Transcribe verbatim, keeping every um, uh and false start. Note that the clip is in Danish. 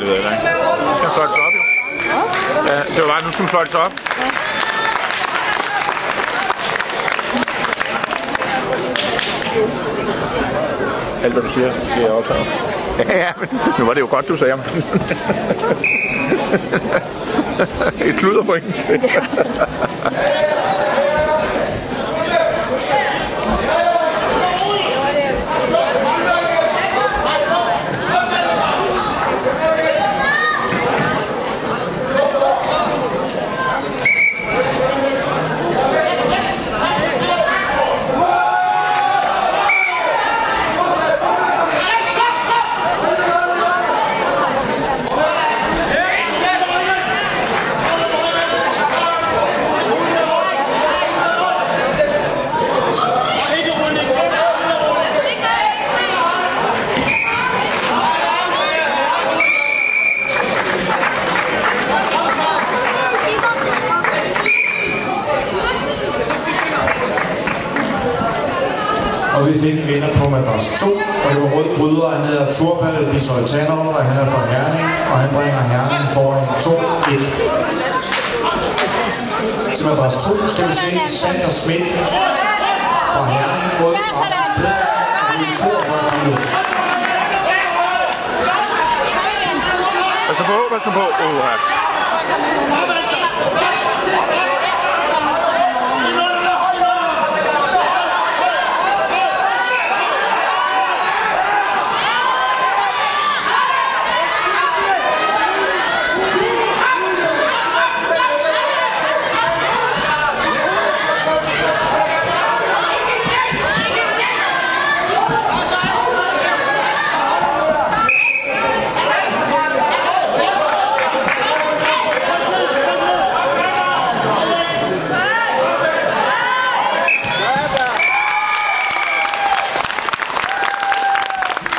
det ved jeg ikke. Nu skal fløjtes op, jo. Ja, det var bare, nu skulle fløjtes op. Alt hvad du siger, det er også. Ja, men nu var det jo godt, du sagde om det. Et sludderpoint. Og vi fik en vinder på madras to, og det var rød bryder. Han hedder Turpal Bisoltanov, og han er fra Herning, og han bringer Herning foran to et. Til madras to skal vi se Sander Schmidt fra Herning mod Anders Pedersen, og det er toogfyrre kilo. Hvad skal på? Hvad skal på? Uh,